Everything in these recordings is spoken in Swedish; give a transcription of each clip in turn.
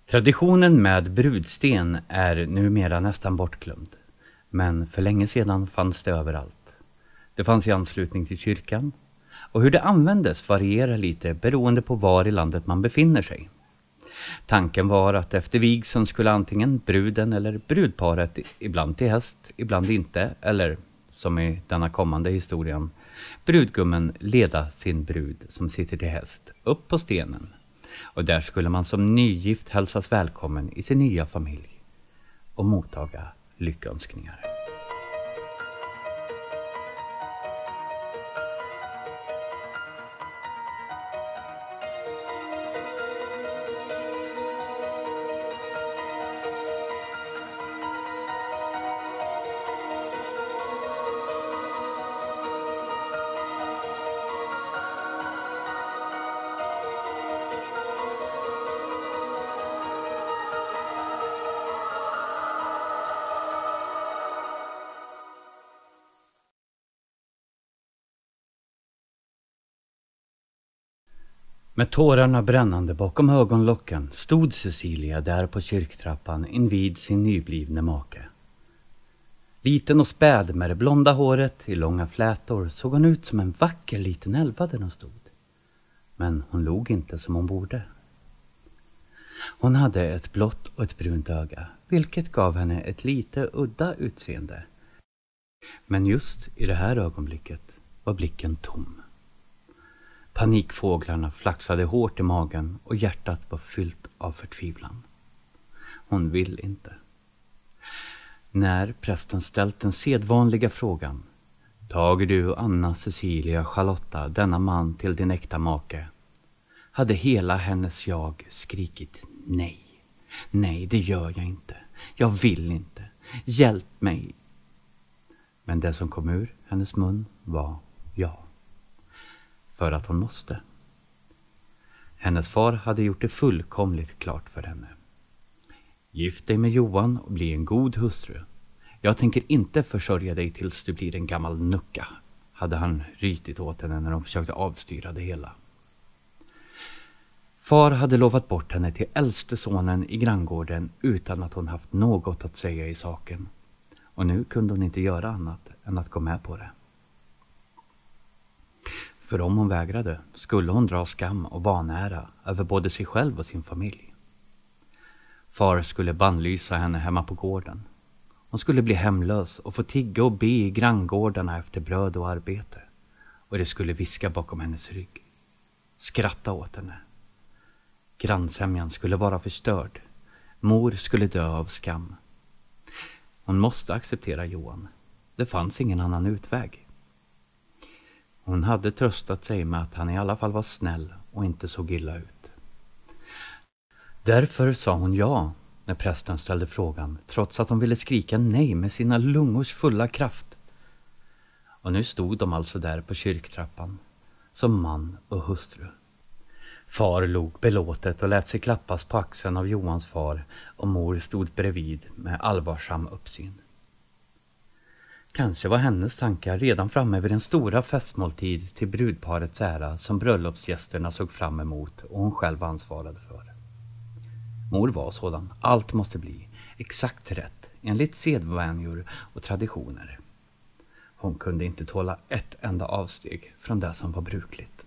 Traditionen med brudsten är numera nästan bortglömd, men för länge sedan fanns det överallt. Det fanns i anslutning till kyrkan, och hur det användes varierar lite beroende på var i landet man befinner sig. Tanken var att efter vigseln skulle antingen bruden eller brudparet, ibland till häst, ibland inte, eller som i denna kommande historien, brudgummen leda sin brud som sitter till häst upp på stenen. Och där skulle man som nygift hälsas välkommen i sin nya familj och mottaga lyckönskningar. Med tårarna brännande bakom ögonlocken stod Cecilia där på kyrktrappan invid sin nyblivne make. Liten och späd med det blonda håret i långa flätor såg hon ut som en vacker liten älva där hon stod. Men hon log inte som hon borde. Hon hade ett blått och ett brunt öga, vilket gav henne ett lite udda utseende. Men just i det här ögonblicket var blicken tom. Panikfåglarna flaxade hårt i magen och hjärtat var fyllt av förtvivlan. Hon vill inte. När prästen ställt den sedvanliga frågan: "Tager du Anna Cecilia Charlotta denna man till din äkta make?" hade hela hennes jag skrikit nej. Nej, det gör jag inte. Jag vill inte. Hjälp mig. Men det som kom ur hennes mun var ja. För att hon måste. Hennes far hade gjort det fullkomligt klart för henne. Gift dig med Johan och bli en god hustru. Jag tänker inte försörja dig tills du blir en gammal nucka, hade han rytit åt henne när de försökte avstyra det hela. Far hade lovat bort henne till äldste sonen i granngården utan att hon haft något att säga i saken. Och nu kunde hon inte göra annat än att gå med på det. För om hon vägrade skulle hon dra skam och vanära över både sig själv och sin familj. Far skulle bannlysa henne hemma på gården. Hon skulle bli hemlös och få tigga och be i granngårdarna efter bröd och arbete. Och det skulle viska bakom hennes rygg. Skratta åt henne. Grannsämjan skulle vara förstörd. Mor skulle dö av skam. Hon måste acceptera Johan. Det fanns ingen annan utväg. Hon hade tröstat sig med att han i alla fall var snäll och inte såg illa ut. Därför sa hon ja när prästen ställde frågan, trots att hon ville skrika nej med sina lungors fulla kraft. Och nu stod de alltså där på kyrktrappan, som man och hustru. Far log belåtet och lät sig klappas på axeln av Johans far, och mor stod bredvid med allvarsam uppsyn. Kanske var hennes tankar redan framme vid den stora festmåltid till brudparets ära som bröllopsgästerna såg fram emot och hon själv ansvarade för. Mor var sådan, allt måste bli exakt rätt enligt sedvänjor och traditioner. Hon kunde inte tåla ett enda avsteg från det som var brukligt.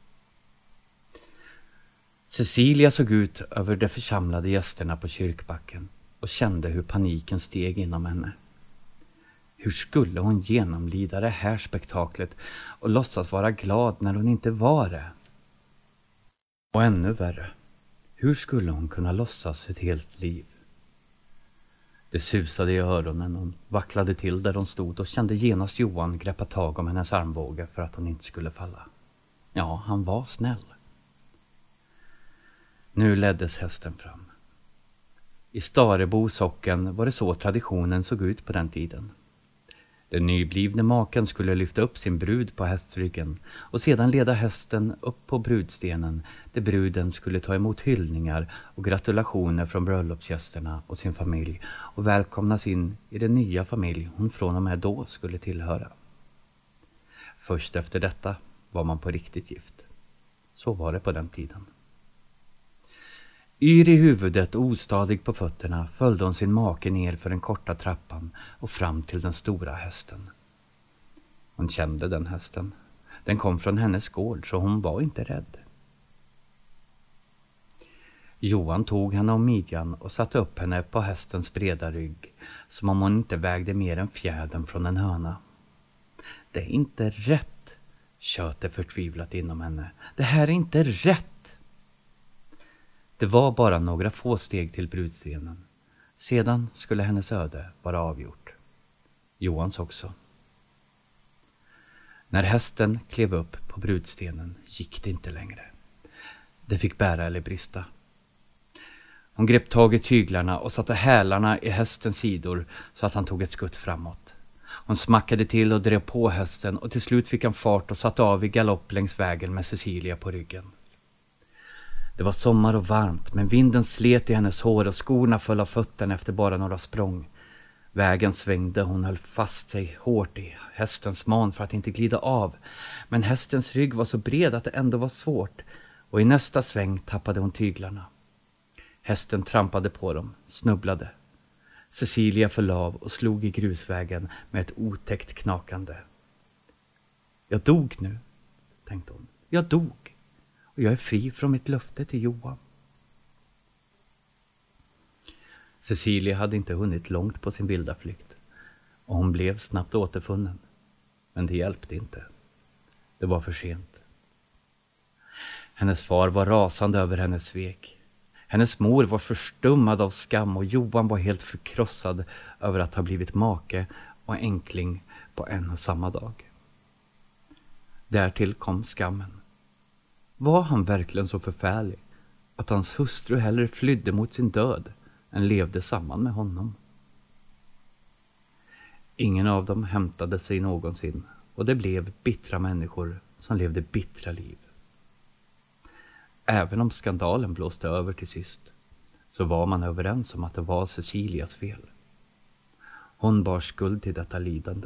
Cecilia såg ut över de församlade gästerna på kyrkbacken och kände hur paniken steg inom henne. Hur skulle hon genomlida det här spektaklet och låtsas vara glad när hon inte var det? Och ännu värre, hur skulle hon kunna låtsas ett helt liv? Det susade i öronen, hon vacklade till där hon stod och kände genast Johan greppa tag om hennes armbåge för att hon inte skulle falla. Ja, han var snäll. Nu leddes hästen fram. I Starebo socken var det så traditionen såg ut på den tiden. Den nyblivne maken skulle lyfta upp sin brud på hästryggen och sedan leda hästen upp på brudstenen där bruden skulle ta emot hyllningar och gratulationer från bröllopsgästerna och sin familj och välkomnas in i den nya familj hon från och med då skulle tillhöra. Först efter detta var man på riktigt gift. Så var det på den tiden. Yr i huvudet och ostadig på fötterna följde hon sin make ner för den korta trappan och fram till den stora hästen. Hon kände den hästen. Den kom från hennes gård, så hon var inte rädd. Johan tog henne om midjan och satte upp henne på hästens breda rygg, som om hon inte vägde mer än fjädern från en höna. Det är inte rätt, tjöt det förtvivlat inom henne. Det här är inte rätt. Det var bara några få steg till brudstenen. Sedan skulle hennes öde vara avgjort. Johans också. När hästen klev upp på brudstenen gick det inte längre. Det fick bära eller brista. Hon grep tag i tyglarna och satte hälarna i hästens sidor så att han tog ett skutt framåt. Hon smackade till och drev på hästen och till slut fick han fart och satte av i galopp längs vägen med Cecilia på ryggen. Det var sommar och varmt, men vinden slet i hennes hår och skorna föll av fötterna efter bara några språng. Vägen svängde, hon höll fast sig hårt i hästens man för att inte glida av. Men hästens rygg var så bred att det ändå var svårt, och i nästa sväng tappade hon tyglarna. Hästen trampade på dem, snubblade. Cecilia föll av och slog i grusvägen med ett otäckt knakande. Jag dog nu, tänkte hon. Jag dog, och jag är fri från mitt löfte till Johan. Cecilia hade inte hunnit långt på sin vilda flykt, och hon blev snabbt återfunnen. Men det hjälpte inte. Det var för sent. Hennes far var rasande över hennes svek. Hennes mor var förstummad av skam, och Johan var helt förkrossad över att ha blivit make och enkling på en och samma dag. Därtill kom skammen. Var han verkligen så förfärlig att hans hustru hellre flydde mot sin död än levde samman med honom? Ingen av dem hämtade sig någonsin, och det blev bittra människor som levde bittra liv. Även om skandalen blåste över till sist, så var man överens om att det var Cecilias fel. Hon bar skuld till detta lidande.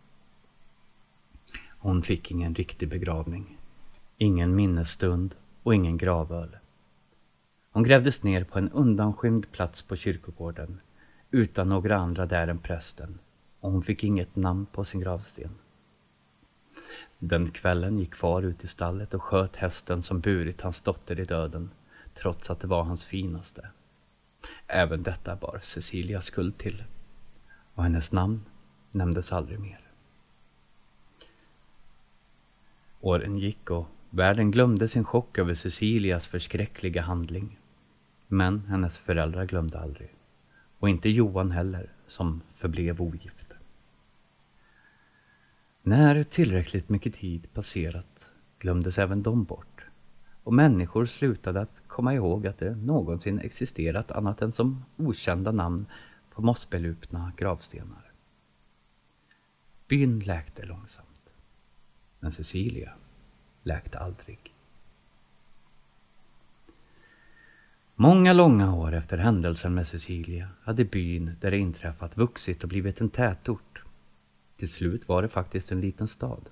Hon fick ingen riktig begravning, ingen minnesstund och ingen gravöl. Hon grävdes ner på en undanskymd plats på kyrkogården, utan några andra där än prästen, och hon fick inget namn på sin gravsten. Den kvällen gick far ut i stallet och sköt hästen som burit hans dotter i döden, trots att det var hans finaste. Även detta bar Cecilia skuld till, och hennes namn nämndes aldrig mer. Åren gick och världen glömde sin chock över Cecilias förskräckliga handling. Men hennes föräldrar glömde aldrig, och inte Johan heller, som förblev ogift. När tillräckligt mycket tid passerat glömdes även de bort, och människor slutade att komma ihåg att det någonsin existerat annat än som okända namn på mossbelupna gravstenar. Byn läkte långsamt, men Cecilia läkte aldrig. Många långa år efter händelsen med Cecilia hade byn där det inträffat vuxit och blivit en tätort. Till slut var det faktiskt en liten stad.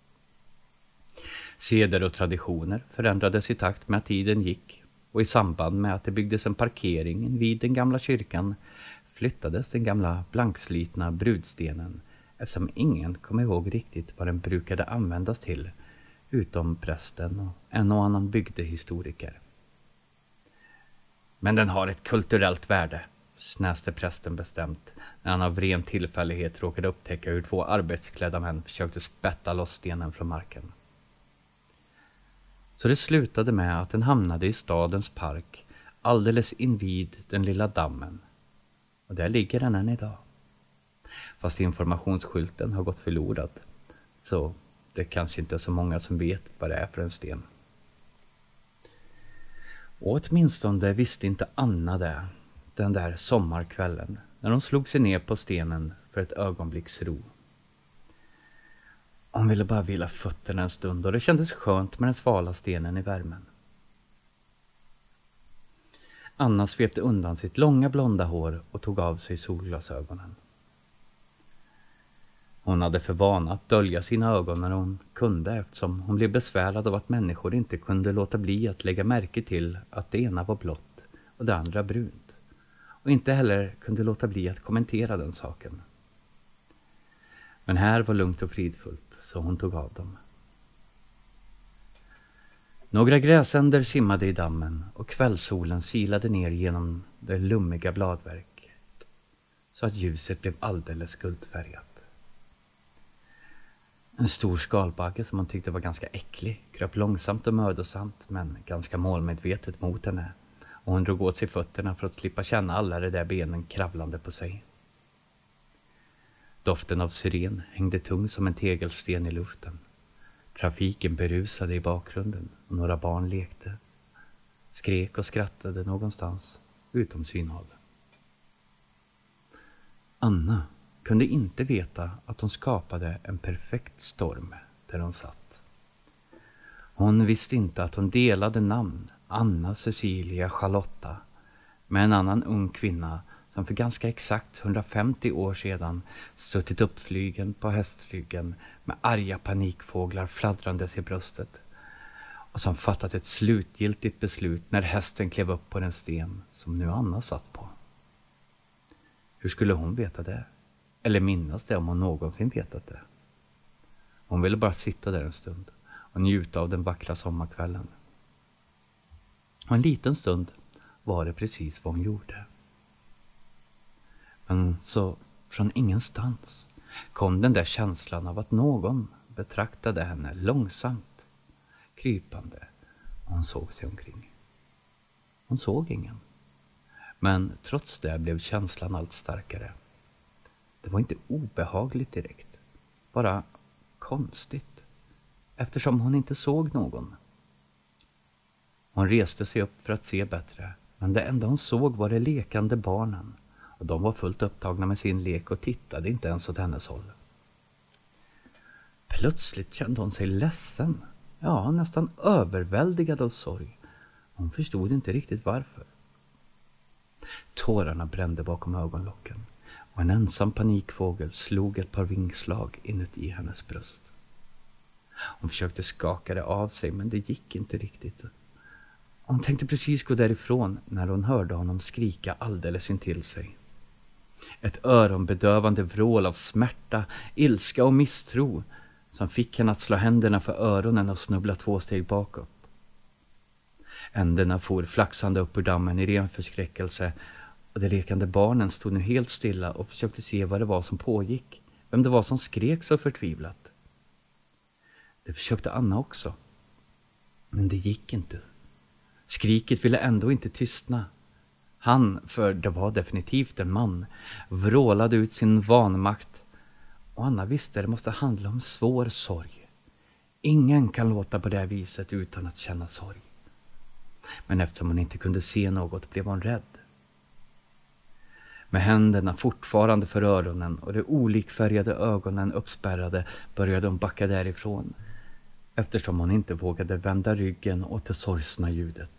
Seder och traditioner förändrades i takt med att tiden gick, och i samband med att det byggdes en parkering vid den gamla kyrkan flyttades den gamla blankslitna brudstenen, eftersom ingen kom ihåg riktigt vad den brukade användas till, utom prästen och en och annan bygdehistoriker. Men den har ett kulturellt värde, snäste prästen bestämt, när han av ren tillfällighet råkade upptäcka hur 2 arbetsklädda män försökte spätta loss stenen från marken. Så det slutade med att den hamnade i stadens park, alldeles invid den lilla dammen. Och där ligger den än idag. Fast informationsskylten har gått förlorad, så det kanske inte är så många som vet vad det är för en sten. Och åtminstone visste inte Anna det den där sommarkvällen när hon slog sig ner på stenen för ett ögonblicks ro. Hon ville bara vila fötterna en stund, och det kändes skönt med den svala stenen i värmen. Anna svepte undan sitt långa blonda hår och tog av sig solglasögonen. Hon hade för vana att dölja sina ögon när hon kunde, eftersom hon blev besvärad av att människor inte kunde låta bli att lägga märke till att det ena var blått och det andra brunt. Och inte heller kunde låta bli att kommentera den saken. Men här var lugnt och fridfullt, så hon tog av dem. Några gräsänder simmade i dammen och kvällssolen silade ner genom det lummiga bladverket så att ljuset blev alldeles guldfärgat. En stor skalbagge som hon tyckte var ganska äcklig kröp långsamt och mödosamt men ganska målmedvetet mot henne, och hon drog åt sig fötterna för att slippa känna alla de där benen kravlande på sig. Doften av syren hängde tung som en tegelsten i luften. Trafiken berusade i bakgrunden och några barn lekte, skrek och skrattade någonstans utom synhåll. Anna kunde inte veta att hon skapade en perfekt storm där hon satt. Hon visste inte att hon delade namn, Anna Cecilia Charlotta, med en annan ung kvinna som för ganska exakt 150 år sedan suttit uppflygen på hästryggen med arga panikfåglar fladdrandes i bröstet och som fattat ett slutgiltigt beslut när hästen klev upp på den sten som nu Anna satt på. Hur skulle hon veta det? Eller minnas det om hon någonsin vetat det? Hon ville bara sitta där en stund och njuta av den vackra sommarkvällen. Och en liten stund var det precis vad hon gjorde. Men så från ingenstans kom den där känslan av att någon betraktade henne långsamt, krypande, och hon såg sig omkring. Hon såg ingen. Men trots det blev känslan allt starkare. Det var inte obehagligt direkt, bara konstigt, eftersom hon inte såg någon. Hon reste sig upp för att se bättre, men det enda hon såg var de lekande barnen, och de var fullt upptagna med sin lek och tittade inte ens åt hennes håll. Plötsligt kände hon sig ledsen, ja, nästan överväldigad av sorg. Hon förstod inte riktigt varför. Tårarna brände bakom ögonlocken och en ensam panikfågel slog ett par vingslag inuti hennes bröst. Hon försökte skaka det av sig, men det gick inte riktigt. Hon tänkte precis gå därifrån när hon hörde honom skrika alldeles intill sig. Ett öronbedövande vrål av smärta, ilska och misstro som fick henne att slå händerna för öronen och snubbla 2 steg bakåt. Änderna for flaxande upp ur dammen i ren förskräckelse, och de lekande barnen stod nu helt stilla och försökte se vad det var som pågick, vem det var som skrek så förtvivlat. Det försökte Anna också, men det gick inte. Skriket ville ändå inte tystna. Han, för det var definitivt en man, vrålade ut sin vanmakt, och Anna visste det måste handla om svår sorg. Ingen kan låta på det här viset utan att känna sorg. Men eftersom hon inte kunde se något blev hon rädd. Med händerna fortfarande för öronen och de olikfärgade ögonen uppspärrade började hon backa därifrån, eftersom hon inte vågade vända ryggen åt det sorgsna ljudet.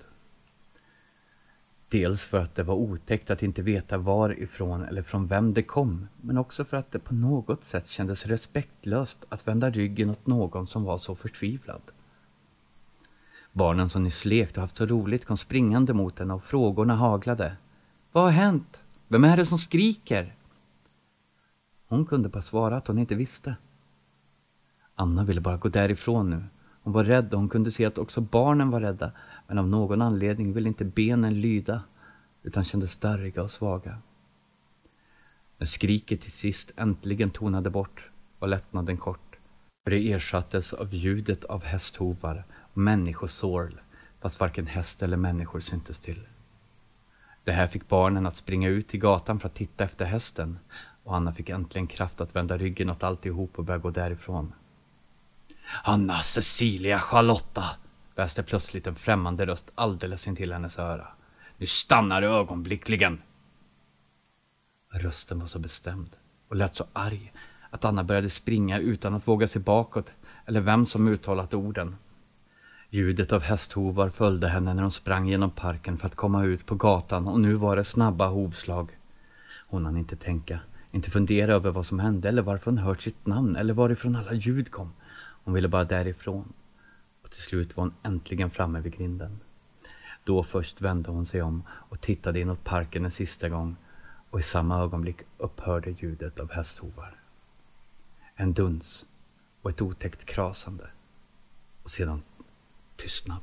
Dels för att det var otäckt att inte veta varifrån eller från vem det kom, men också för att det på något sätt kändes respektlöst att vända ryggen åt någon som var så förtvivlad. Barnen som nyss lekt och haft så roligt kom springande mot henne och frågorna haglade. Vad har hänt? Vem är det som skriker? Hon kunde bara svara att hon inte visste. Anna ville bara gå därifrån nu. Hon var rädd och hon kunde se att också barnen var rädda, men av någon anledning ville inte benen lyda, utan kändes darriga och svaga. När skriket till sist äntligen tonade bort var lättnaden kort, för det ersattes av ljudet av hästhovar och människosorl, fast varken häst eller människor syntes till. Det här fick barnen att springa ut i gatan för att titta efter hästen, och Anna fick äntligen kraft att vända ryggen åt alltihop och börja gå därifrån. Anna Cecilia Charlotta, väste plötsligt en främmande röst alldeles intill hennes öra. Nu stannar du ögonblickligen. Rösten var så bestämd och lät så arg att Anna började springa utan att våga sig bakåt eller vem som uttalat orden. Ljudet av hästhovar följde henne när hon sprang genom parken för att komma ut på gatan, och nu var det snabba hovslag. Hon hann inte tänka, inte fundera över vad som hände eller varför hon hört sitt namn eller varifrån alla ljud kom. Hon ville bara därifrån, och till slut var hon äntligen framme vid grinden. Då först vände hon sig om och tittade inåt parken en sista gång, och i samma ögonblick upphörde ljudet av hästhovar. En duns och ett otäckt krasande, och sedan tystnad.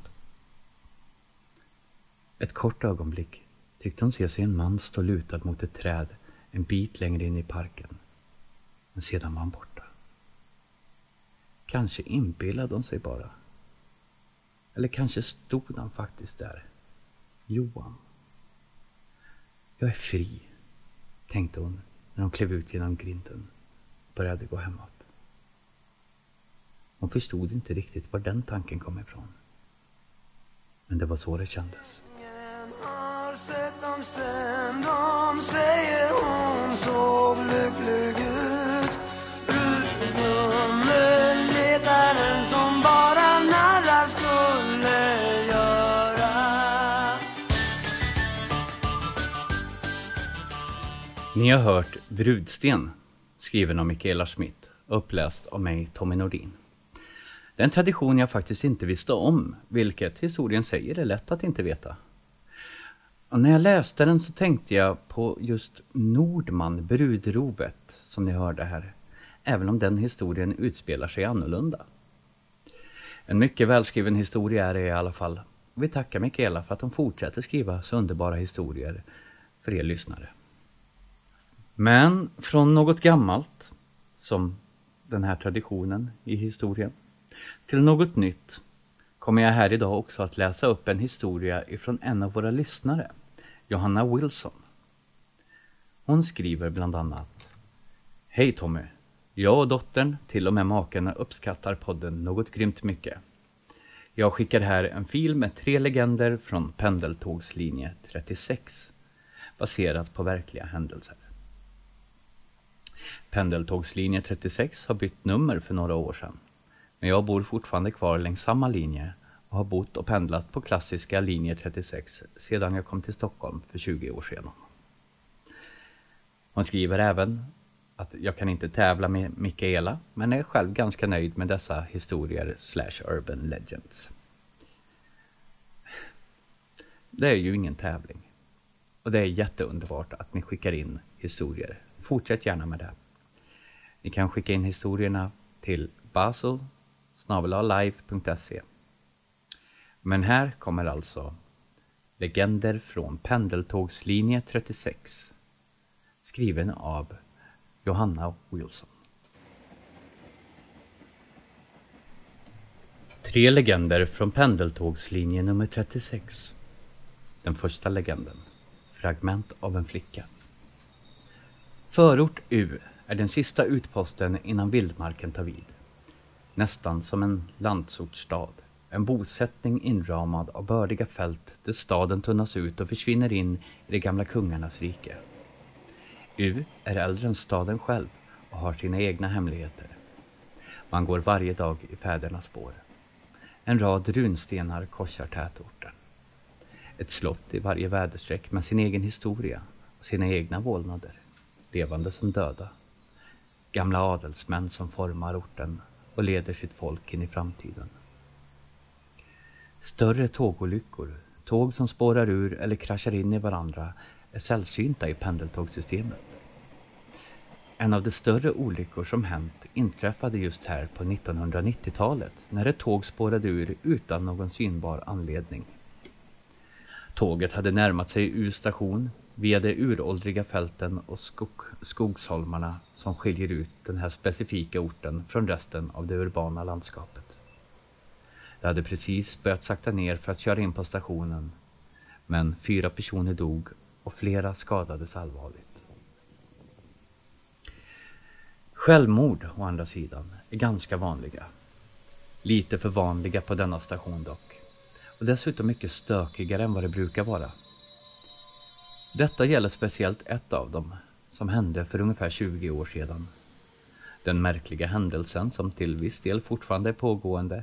Ett kort ögonblick tyckte hon se sig en man stå lutad mot ett träd en bit längre in i parken, men sedan var han borta. Kanske inbillade hon sig bara. Eller kanske stod han faktiskt där. Johan. Jag är fri, tänkte hon när hon klev ut genom grinden och började gå hemåt. Hon förstod inte riktigt var den tanken kom ifrån. Men det var så det kändes. De säger hon såg lycklig ut. Rummen letar den som bara narrar skulle göra. Ni har hört Brudsten, skriven av Mikaela Schmidt, uppläst av mig, Tommy Nordin. Det är en tradition jag faktiskt inte visste om, vilket historien säger är lätt att inte veta. Och när jag läste den så tänkte jag på just Nordman, brudrovet, som ni hörde här, även om den historien utspelar sig annorlunda. En mycket välskriven historia är det i alla fall. Vi tackar Mikaela för att hon fortsätter skriva så underbara historier för er lyssnare. Men från något gammalt, som den här traditionen i historien, till något nytt kommer jag här idag också att läsa upp en historia ifrån en av våra lyssnare, Johanna Wilson. Hon skriver bland annat: Hej Tommy, jag och dottern, till och med maken, uppskattar podden något grymt mycket. Jag skickar här en fil med 3 legender från pendeltågslinje 36, baserat på verkliga händelser. Pendeltågslinje 36 har bytt nummer för några år sedan. Men jag bor fortfarande kvar längs samma linje och har bott och pendlat på klassiska linje 36 sedan jag kom till Stockholm för 20 år sedan. Hon skriver även att jag kan inte tävla med Mikaela, men är själv ganska nöjd med dessa historier / urban legends. Det är ju ingen tävling. Och det är jätteunderbart att ni skickar in historier. Fortsätt gärna med det. Ni kan skicka in historierna till basel@live.se. Men här kommer alltså Legender från pendeltågslinje 36, skriven av Johanna Wilson. 3 legender från pendeltågslinje nummer 36. Den första legenden, fragment av en flicka. Förort U är den sista utposten innan vildmarken tar vid. Nästan som en landsortsstad. En bosättning inramad av bördiga fält där staden tunnas ut och försvinner in i de gamla kungarnas rike. U är äldre än staden själv och har sina egna hemligheter. Man går varje dag i fädernas spår. En rad runstenar korsar tätorten. Ett slott i varje väderstreck med sin egen historia och sina egna vålnader. Levande som döda. Gamla adelsmän som formar orten och leder sitt folk in i framtiden. Större tågolyckor, tåg som spårar ur eller kraschar in i varandra, är sällsynta i pendeltågssystemet. En av de större olyckor som hänt inträffade just här på 1990-talet när ett tåg spårade ur utan någon synbar anledning. Tåget hade närmat sig Ur station via de uråldriga fälten och skogsholmarna som skiljer ut den här specifika orten från resten av det urbana landskapet. Det hade precis börjat sakta ner för att köra in på stationen, men 4 personer dog och flera skadades allvarligt. Självmord, å andra sidan, är ganska vanliga. Lite för vanliga på denna station dock. Och dessutom mycket stökigare än vad det brukar vara. Detta gäller speciellt ett av dem, som hände för ungefär 20 år sedan. Den märkliga händelsen som till viss del fortfarande är pågående.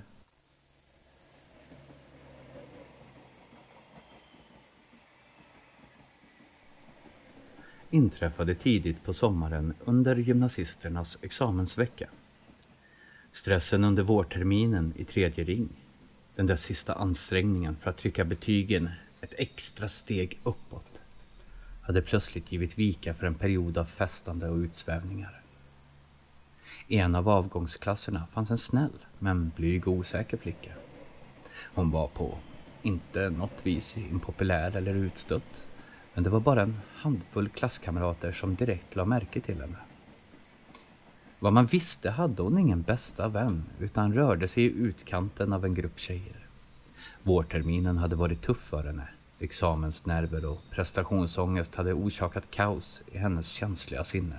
Inträffade tidigt på sommaren under gymnasisternas examensvecka. Stressen under vårterminen i 3:e ring. Den där sista ansträngningen för att trycka betygen ett extra steg uppåt hade plötsligt givit vika för en period av festande och utsvävningar. I en av avgångsklasserna fanns en snäll men blyg och osäker flicka. Hon var på inte något vis impopulär eller utstött, men det var bara en handfull klasskamrater som direkt la märke till henne. Vad man visste hade hon ingen bästa vän utan rörde sig i utkanten av en grupp tjejer. Vårterminen hade varit tuff för henne. Examensnerver och prestationsångest hade orsakat kaos i hennes känsliga sinne.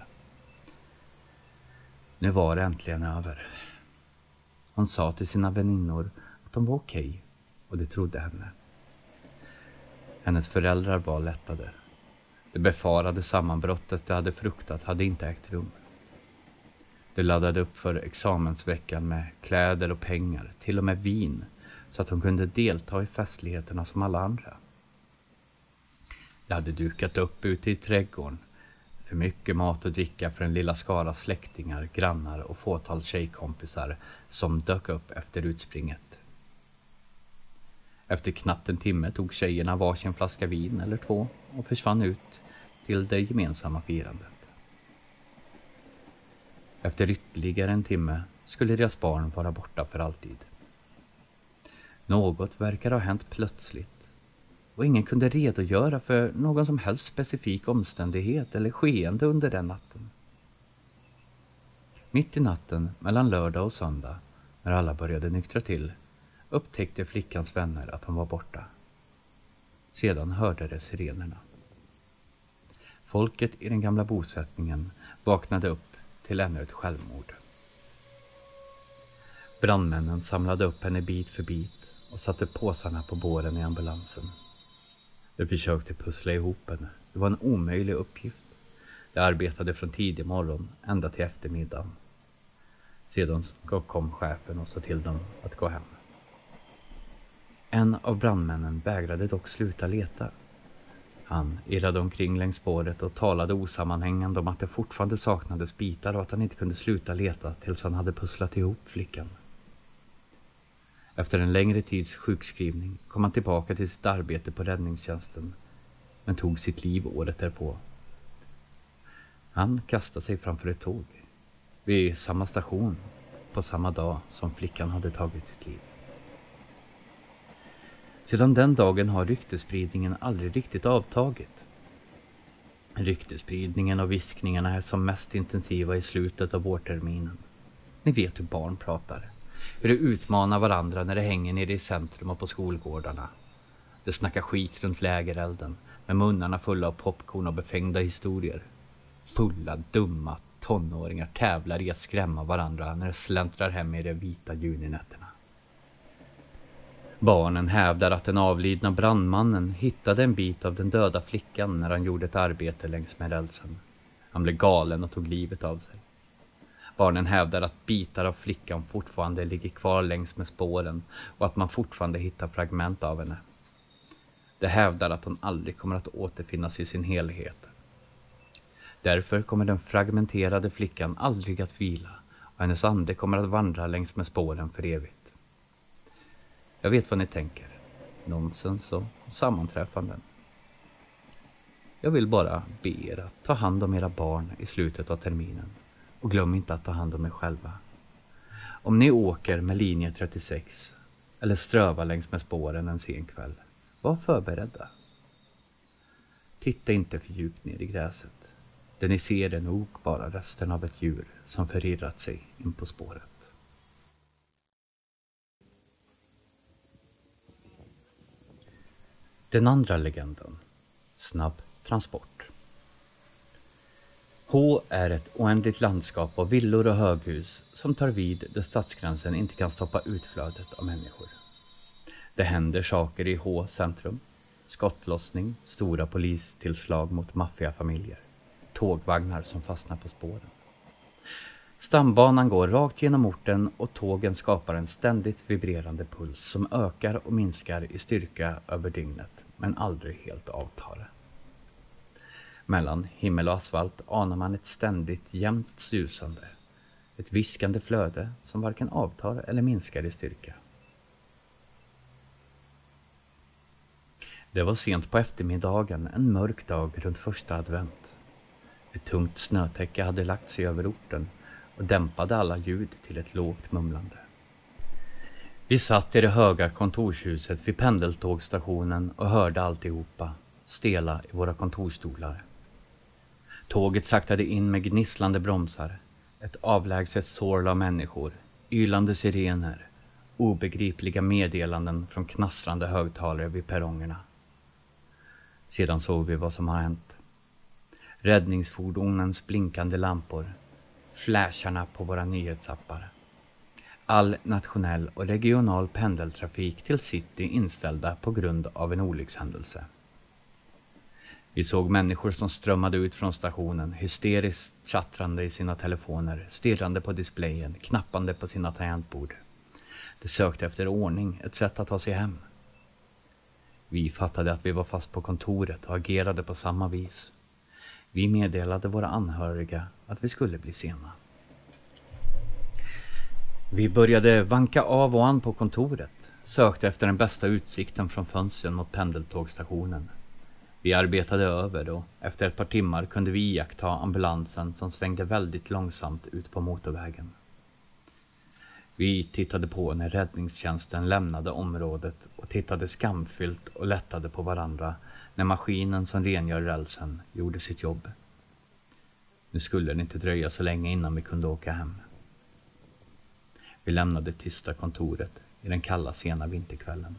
Nu var det äntligen över. Hon sa till sina väninnor att de var okej, och de trodde henne. Hennes föräldrar var lättade. Det befarade sammanbrottet de hade fruktat hade inte ägt rum. De laddade upp för examensveckan med kläder och pengar, till och med vin, så att hon kunde delta i festligheterna som alla andra. De hade dukat upp ute i trädgården, för mycket mat och dricka för en lilla skara släktingar, grannar och fåtal tjejkompisar som dök upp efter utspringet. Efter knappt en timme tog tjejerna varsin flaska vin eller två och försvann ut till det gemensamma firandet. Efter ytterligare en timme skulle deras barn vara borta för alltid. Något verkar ha hänt plötsligt och ingen kunde redogöra för någon som helst specifik omständighet eller skeende under den natten. Mitt i natten mellan lördag och söndag, när alla började nyktra till, upptäckte flickans vänner att hon var borta. Sedan hörde de sirenerna. Folket i den gamla bosättningen vaknade upp till ännu ett självmord. Brandmännen samlade upp henne bit för bit och satte påsarna på båren i ambulansen. De försökte pussla ihop henne. Det var en omöjlig uppgift. De arbetade från tidig morgon ända till eftermiddagen. Sedan kom chefen och sa till dem att gå hem. En av brandmännen vägrade dock sluta leta. Han irrade omkring längs spåret och talade osammanhängande om att det fortfarande saknades bitar och att han inte kunde sluta leta tills han hade pusslat ihop flickan. Efter en längre tids sjukskrivning kom han tillbaka till sitt arbete på räddningstjänsten, men tog sitt liv året därpå. Han kastade sig framför ett tåg vid samma station på samma dag som flickan hade tagit sitt liv. Sedan den dagen har ryktespridningen aldrig riktigt avtagit. Ryktespridningen och viskningarna är som mest intensiva i slutet av vårterminen. Ni vet hur barn pratar. Hur de utmanar varandra när de hänger nere i centrum och på skolgårdarna. De snackar skit runt lägerelden med munnarna fulla av popcorn och befängda historier. Fulla, dumma tonåringar tävlar i att skrämma varandra när de släntrar hem i de vita juninätterna. Barnen hävdar att den avlidna brandmannen hittade en bit av den döda flickan när han gjorde ett arbete längs med rälsen. Han blev galen och tog livet av sig. Barnen hävdar att bitar av flickan fortfarande ligger kvar längs med spåren och att man fortfarande hittar fragment av henne. De hävdar att hon aldrig kommer att återfinnas i sin helhet. Därför kommer den fragmenterade flickan aldrig att vila och hennes ande kommer att vandra längs med spåren för evigt. Jag vet vad ni tänker. Nonsens och sammanträffanden. Jag vill bara be er att ta hand om era barn i slutet av terminen. Och glöm inte att ta hand om er själva. Om ni åker med linje 36 eller strövar längs med spåren en sen kväll, var förberedda. Titta inte för djupt ner i gräset. Det ni ser är nog bara resten av ett djur som förirrat sig in på spåret. Den andra legenden. Snabb transport. H är ett oändligt landskap av villor och höghus som tar vid där stadsgränsen inte kan stoppa utflödet av människor. Det händer saker i H centrum. Skottlossning, stora polistillslag mot maffiafamiljer, tågvagnar som fastnar på spåren. Stambanan går rakt genom orten och tågen skapar en ständigt vibrerande puls som ökar och minskar i styrka över dygnet men aldrig helt avtar. Mellan himmel och asfalt anar man ett ständigt jämnt susande, ett viskande flöde som varken avtar eller minskar i styrka. Det var sent på eftermiddagen, en mörk dag runt första advent. Ett tungt snötäcke hade lagt sig över orten och dämpade alla ljud till ett lågt mumlande. Vi satt i det höga kontorshuset vid pendeltågstationen och hörde alltihopa, stela i våra kontorstolar. Tåget saktade in med gnisslande bromsar, ett avlägset sorl av människor, ylande sirener, obegripliga meddelanden från knastrande högtalare vid perrongerna. Sedan såg vi vad som har hänt. Räddningsfordonens blinkande lampor, flasharna på våra nyhetsappar. All nationell och regional pendeltrafik till city inställda på grund av en olyckshändelse. Vi såg människor som strömmade ut från stationen, hysteriskt tjattrande i sina telefoner, stirrande på displayen, knappande på sina tangentbord. De sökte efter ordning, ett sätt att ta sig hem. Vi fattade att vi var fast på kontoret och agerade på samma vis. Vi meddelade våra anhöriga att vi skulle bli sena. Vi började vanka av och an på kontoret, sökte efter den bästa utsikten från fönstren mot pendeltågstationen. Vi arbetade över och efter ett par timmar kunde vi iaktta ambulansen som svängde väldigt långsamt ut på motorvägen. Vi tittade på när räddningstjänsten lämnade området och tittade skamfyllt och lättade på varandra när maskinen som rengör rälsen gjorde sitt jobb. Nu skulle det inte dröja så länge innan vi kunde åka hem. Vi lämnade tysta kontoret i den kalla sena vinterkvällen.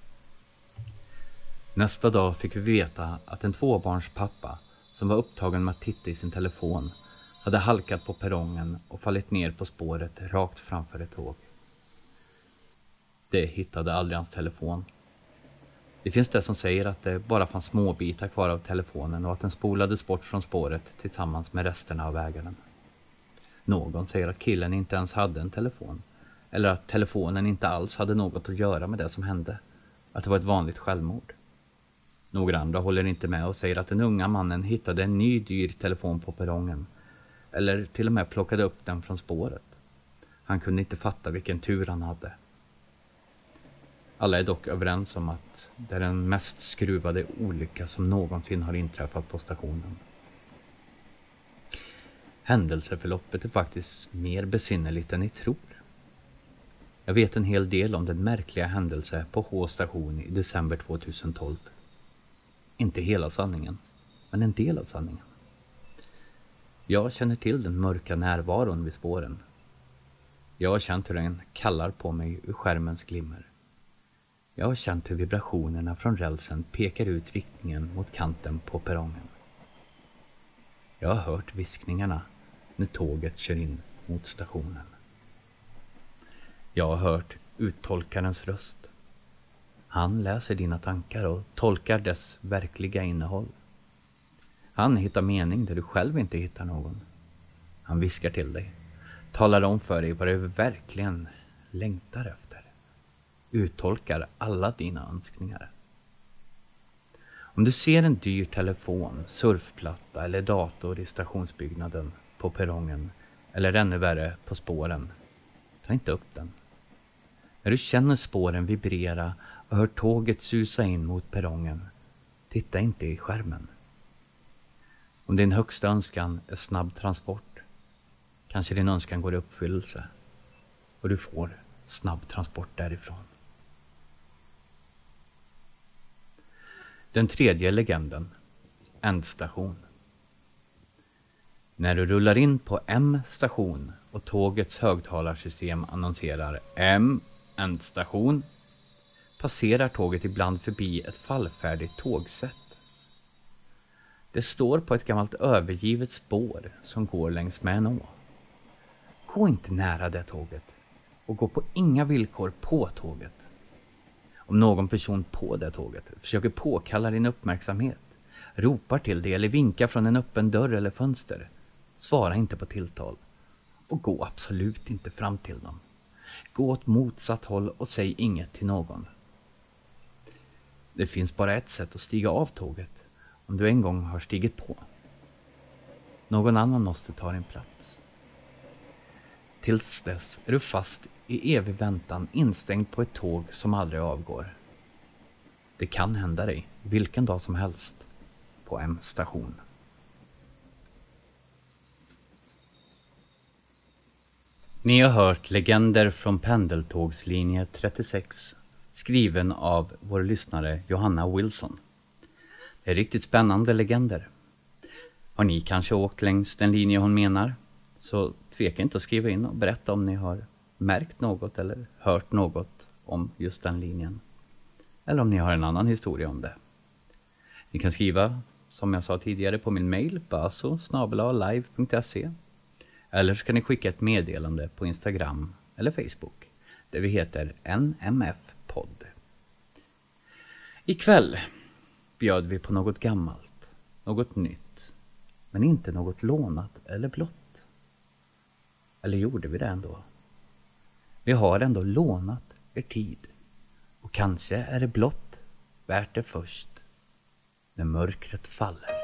Nästa dag fick vi veta att en tvåbarnspappa som var upptagen med att titta i sin telefon hade halkat på perrongen och fallit ner på spåret rakt framför ett tåg. Det hittade aldrig hans telefon. Det finns det som säger att det bara fanns småbitar kvar av telefonen och att den spolades bort från spåret tillsammans med resterna av ägaren. Någon säger att killen inte ens hade en telefon, eller att telefonen inte alls hade något att göra med det som hände, att det var ett vanligt självmord. Några andra håller inte med och säger att den unga mannen hittade en ny dyr telefon på perrongen, eller till och med plockade upp den från spåret. Han kunde inte fatta vilken tur han hade. Alla är dock överens om att det är den mest skruvade olycka som någonsin har inträffat på stationen. Händelseförloppet är faktiskt mer besynnerligt än ni tror. Jag vet en hel del om den märkliga händelse på H-station i december 2012. Inte hela sanningen, men en del av sanningen. Jag känner till den mörka närvaron vid spåren. Jag har känt hur den kallar på mig ur skärmens glimmer. Jag har känt hur vibrationerna från rälsen pekar ut riktningen mot kanten på perrongen. Jag har hört viskningarna när tåget kör in mot stationen. Jag har hört uttolkarens röst. Han läser dina tankar och tolkar dess verkliga innehåll. Han hittar mening där du själv inte hittar någon. Han viskar till dig, talar om för dig vad du verkligen längtar efter. Uttolkar alla dina önskningar. Om du ser en dyr telefon, surfplatta eller dator i stationsbyggnaden, på perrongen eller ännu värre på spåren, ta inte upp den. När du känner spåren vibrera och hör tåget susa in mot perrongen, titta inte i skärmen. Om din högsta önskan är snabb transport, kanske din önskan går i uppfyllelse och du får snabb transport därifrån. Den tredje legenden, ändstation. När du rullar in på M-station och tågets högtalarsystem annonserar M, ändstation, passerar tåget ibland förbi ett fallfärdigt tågsätt. Det står på ett gammalt övergivet spår som går längs med en å. Gå inte nära det tåget och gå på inga villkor på tåget. Om någon person på det tåget försöker påkalla din uppmärksamhet, ropar till dig eller vinkar från en öppen dörr eller fönster, svara inte på tilltal och gå absolut inte fram till dem. Gå åt motsatt håll och säg inget till någon. Det finns bara ett sätt att stiga av tåget om du en gång har stigit på. Någon annan måste ta din plats. Tills dess är du fast i evig väntan, instängd på ett tåg som aldrig avgår. Det kan hända dig vilken dag som helst på en station. Ni har hört Legender från pendeltågslinje 36, skriven av vår lyssnare Johanna Wilson. Det är riktigt spännande legender. Har ni kanske åkt längs den linje hon menar? Så tveka inte att skriva in och berätta om ni har märkt något eller hört något om just den linjen. Eller om ni har en annan historia om det. Ni kan skriva, som jag sa tidigare, på min mail baso@live.se. Eller så kan ni skicka ett meddelande på Instagram eller Facebook, där vi heter NMF-podd. Ikväll bjöd vi på något gammalt, något nytt, men inte något lånat eller blått. Eller gjorde vi det ändå? Vi har ändå lånat er tid, och kanske är det blått värt det först när mörkret faller.